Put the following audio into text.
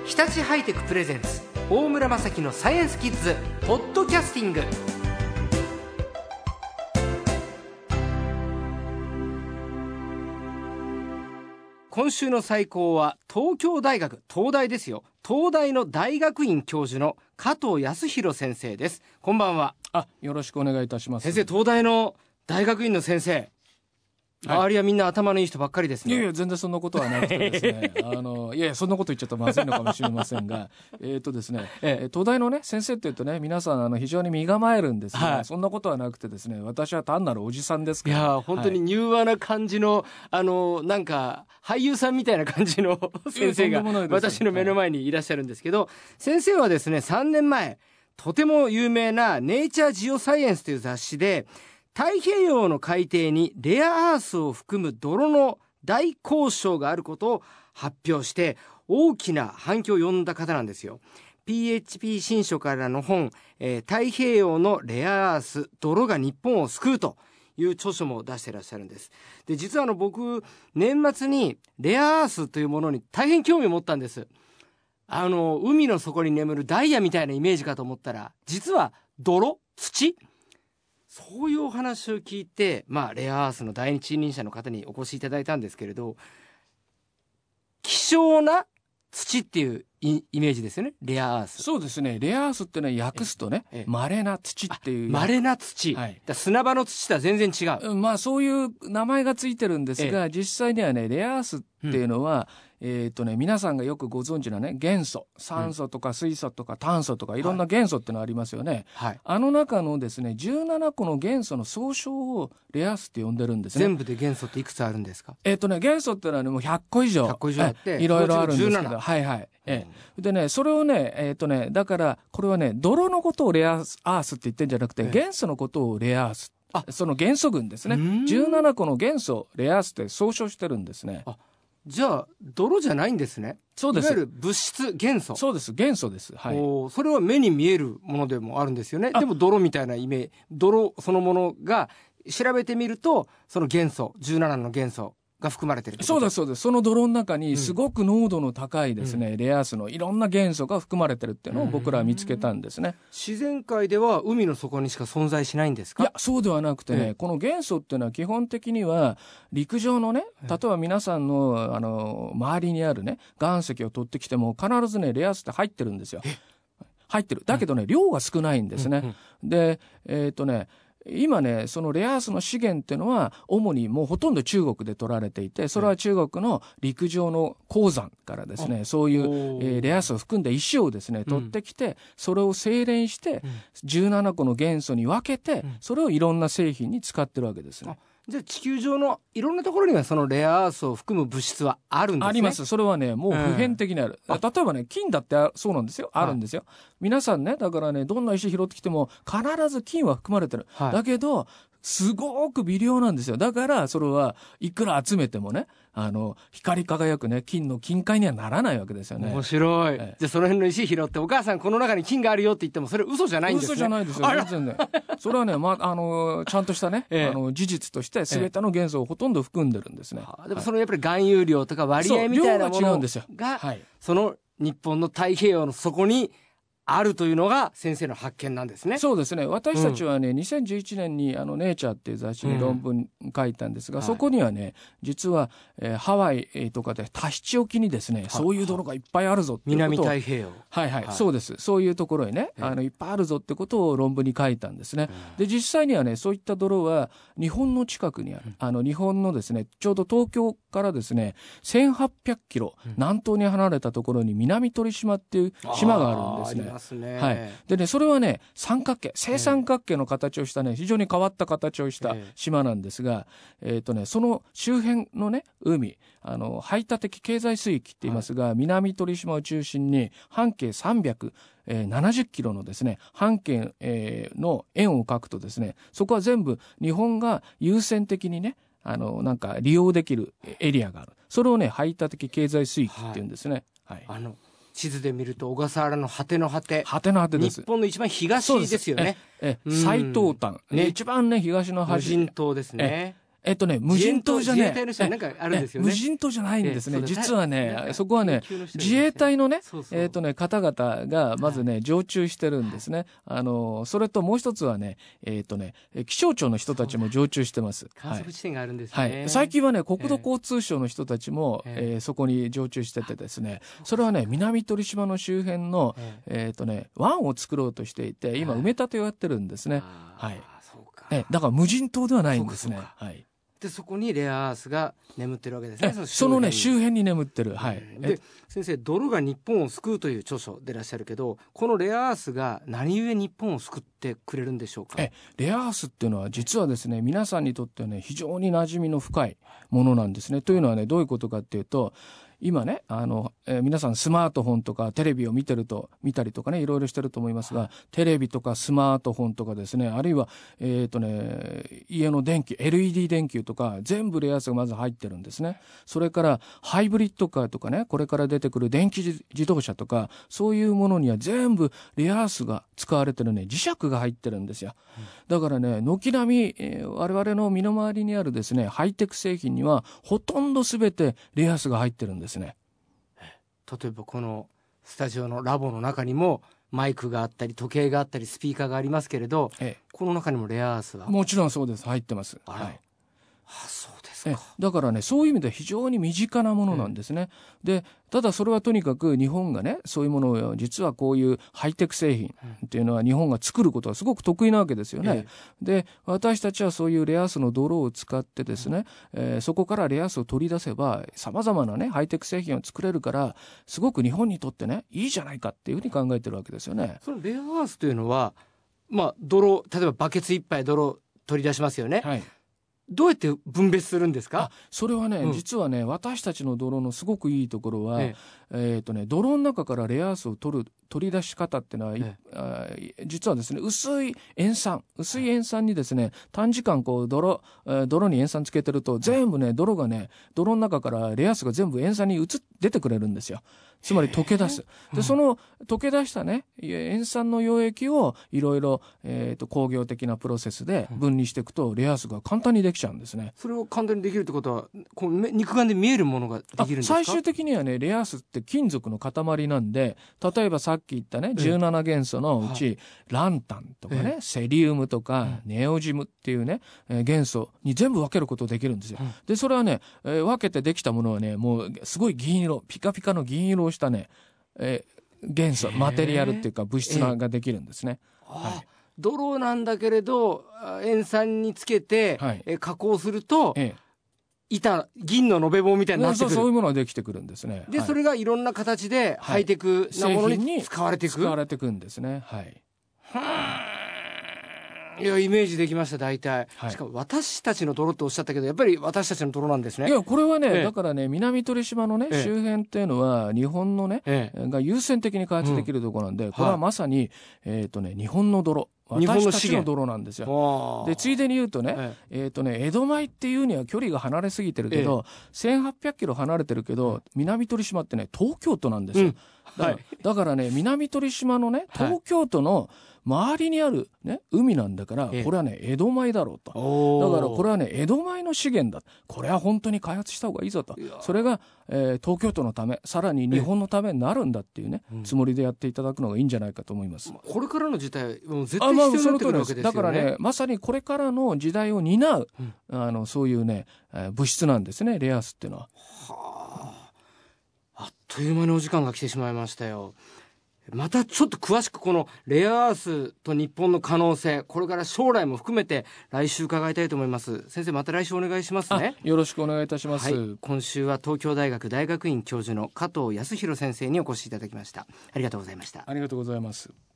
日立ハイテクプレゼンツ大村雅樹のサイエンスキッズポッドキャスティング。今週の最高は東京大学、東大ですよ。東大の大学院教授の加藤康弘先生です。こんばんは。 よろしくお願いいたします。 先生、東大の大学院の先生、周りはみんな頭のいい人ばっかりですね。 いや全然そんなことはなくてですねそんなこと言っちゃったらまずいのかもしれませんがですね、東大のね先生って言うとね、皆さん非常に身構えるんですが、そんなことはなくてですね、私は単なるおじさんですから。 いや本当に柔和な感じの、なんか俳優さんみたいな感じの先生が私の目の前にいらっしゃるんですけど、先生はですね、3年前とても有名なネイチャージオサイエンスという雑誌で、太平洋の海底にレアアースを含む泥の大鉱床があることを発表して大きな反響を呼んだ方なんですよ。 PHP 新書からの本、太平洋のレアアース、泥が日本を救うという著書も出していらっしゃるんです。で、実は僕年末にレアアースというものに大変興味を持ったんです。海の底に眠るダイヤみたいなイメージかと思ったら、実は泥、土、そういうお話を聞いて、レアアースの第一人者の方にお越しいただいたんですけれど、希少な土っていうイメージですよね、レアアース。 そうですね、レアアースってね、訳すとね、稀な土っていう。 稀な土、だ砂場の土とは全然違う。 そういう名前がついてるんですが、実際にはね、レアアースっていうのは、皆さんがよくご存知なね、元素、酸素とか水素とか炭素とかいろんな元素ってのありますよね。あの中のですね、17個の元素の総称をレアアースって呼んでるんですね。 全部で元素っていくつあるんですか？ 元素ってのはね、もう100個以上あっていろいろあるんですけど、でね、それをね、だからこれはね、泥のことをレアアースって言ってるんじゃなくて、元素のことをレアアース、その元素群ですね。17個の元素レアアースって総称してるんですね。 じゃあ泥じゃないんですね。 そうです。 いわゆる物質、元素。 そうです、元素です。 それは目に見えるものでもあるんですよね。でも泥みたいなイメージ、泥そのものが調べてみると、その元素、17の元素が含まれている。 そうですそうです。その泥の中にすごく濃度の高いですね、レアアースのいろんな元素が含まれてるっていうのを僕らは見つけたんですね。 自然界では海の底にしか存在しないんですか？ いや、そうではなくてね、この元素っていうのは基本的には陸上のね、例えば皆さんの周りにあるね、岩石を取ってきても必ずね、レアアースって入ってるんですよ。入ってる。だけどね、量が少ないんですね。で、今ね、そのレアアースの資源っていうのは主にもうほとんど中国で取られていて、それは中国の陸上の鉱山からですね、そういう、レアアースを含んだ石をですね取ってきて、それを精錬して17個の元素に分けて、それをいろんな製品に使ってるわけですね。 じゃあ地球上のいろんなところにはそのレアアースを含む物質はあるんですね。 あります。それはね、もう普遍的にある。例えばね、金だってそうなんですよ。あるんですよ。皆さんね、だからね、どんな石拾ってきても必ず金は含まれてる。だけどすごく微量なんですよ。だからそれはいくら集めてもね、光り輝くね、金の金塊にはならないわけですよね。 面白い。じゃあその辺の石拾って、お母さんこの中に金があるよって言ってもそれ嘘じゃないんですね。 嘘じゃないですよ。全然ね。それはね、ちゃんとしたね、事実として全ての元素をほとんど含んでるんですね。 でもそのやっぱり含有量とか割合みたいなものがその日本の太平洋の底にあるというのが先生の発見なんですね。 そうですね。私たちはね、2011年にネイチャーっていう雑誌に論文書いたんですが、そこにはね、実は、ハワイとかでタヒチ沖にですね、そういう泥がいっぱいあるぞっていうことを、 南太平洋、 そうです。そういうところにね、いっぱいあるぞってことを論文に書いたんですね。で、実際にはね、そういった泥は日本の近くにある、日本のですね、ちょうど東京からですね、1800キロ南東に離れたところに南鳥島っていう島があるんですね。でね、それはね、三角形、正三角形の形をしたね、非常に変わった形をした島なんですが、その周辺のね、海、排他的経済水域って言いますが、南鳥島を中心に半径370キロのですね、半径、の円を描くとですね、そこは全部日本が優先的にね、なんか利用できるエリアがある。それをね、排他的経済水域って言うんですね。 地図で見ると小笠原の果ての果て、 です。 日本の一番東ですよね。 最東端、一番ね、東の端。 無人島ですね。 無人島じゃね、 自衛隊の人なんかあるんですよね。 無人島じゃないんですね。実はね、そこはね、自衛隊のね、方々がまずね、常駐してるんですね。それともう一つはね、気象庁の人たちも常駐してます。 観測地点があるんですね。 はい。最近はね、国土交通省の人たちも、そこに常駐しててですね、それはね、南鳥島の周辺の、湾を作ろうとしていて、今埋め立てをやってるんですね。はい。だから無人島ではないんですね。はい。 でそこにレアアースが眠ってるわけですね。 そのね周辺に眠ってる。はい。 で先生、泥が日本を救うという著書でいらっしゃるけど、このレアアースが何故日本を救ってくれるんでしょうか。 レアアースっていうのは実はですね、皆さんにとってはね非常に馴染みの深いものなんですね。というのはね、どういうことかっていうと、今ね、皆さんスマートフォンとかテレビを見たりとかね、いろいろしてると思いますが、テレビとかスマートフォンとかですね、あるいは、家の電気、LED 電球とか、全部レアアースがまず入ってるんですね。それから、ハイブリッドカーとかね、これから出てくる電気自動車とか、そういうものには全部レアアースが使われてるね、磁石が入ってるんですよ。だからね、軒並み、我々の身の回りにあるですね、ハイテク製品には、ほとんど全てレアアースが入ってるんです。例えばこのスタジオのラボの中にもマイクがあったり時計があったりスピーカーがありますけれど、この中にもレアアースはもちろんそうです、入ってます。 はい。そうですか。 だからね、そういう意味で非常に身近なものなんですね。でただそれはとにかく日本がね、そういうものを実はこういうハイテク製品っていうのは日本が作ることがすごく得意なわけですよね。で私たちはそういうレアアースの泥を使ってですね、そこからレアアースを取り出せばさまざまなねハイテク製品を作れるから、すごく日本にとってねいいじゃないかっていうふうに考えてるわけですよね。 そのレアアースというのは、泥、例えばバケツ一杯泥取り出しますよね。はい。どうやって分別するんですか。 それはね、実はね、私たちの泥のすごくいいところは、泥の中からレアアースを取り出し方っていうのは、実はですね、薄い塩酸にですね、短時間こう泥に塩酸つけてると、全部ね、泥の中からレアアースが全部塩酸に出てくれるんですよ。つまり溶け出す。でその溶け出したね塩酸の溶液をいろいろ工業的なプロセスで分離していくと、レアアースが簡単にできちゃうんですね。 それを簡単にできるってことは、こう肉眼で見えるものができるんですか。 最終的にはね、レアアースって金属の塊なんで、例えばさっき言ったね17元素のうち、ランタンとかね、セリウムとか、ネオジムっていうね、元素に全部分けることできるんですよ。でそれはね、分けてできたものはね、もうすごい銀色、ピカピカの銀色をしたね、元素マテリアルっていうか物質ができるんですね。 泥なんだけれど塩酸につけて、加工すると、銀の延べ棒みたいになってくる。 そういうものができてくるんですね。 でそれがいろんな形でハイテクなものに使われていくんですね。はい。 いやイメージできました、大体。しかも私たちの泥っておっしゃったけど、やっぱり私たちの泥なんですね。 いやこれはね、だからね、南鳥島のね、周辺っていうのは日本のね、が優先的に開発できるところなんで、これはまさに日本の泥、私たちの泥なんですよ。でついでに言うとね、江戸前っていうには距離が離れすぎてるけど、1800キロ離れてるけど、南鳥島ってね東京都なんですよ。だからね、南鳥島のね東京都の周りにある、ね、海なんだから、これはね江戸前だろうと。だからこれはね江戸前の資源だ、これは本当に開発した方がいいぞと。それが、東京都のため、さらに日本のためになるんだっていうね、つもりでやっていただくのがいいんじゃないかと思います。 これからの時代もう絶対必要になってくるわけですよね。 だからね、まさにこれからの時代を担う、そういうね物質なんですね、レアアースっていうのは。あっという間にお時間が来てしまいましたよ。またちょっと詳しくこのレアアースと日本の可能性、これから将来も含めて来週伺いたいと思います。先生、また来週お願いしますね。 よろしくお願いいたします。 今週は東京大学大学院教授の加藤康弘先生にお越しいただきました。ありがとうございました。 ありがとうございます。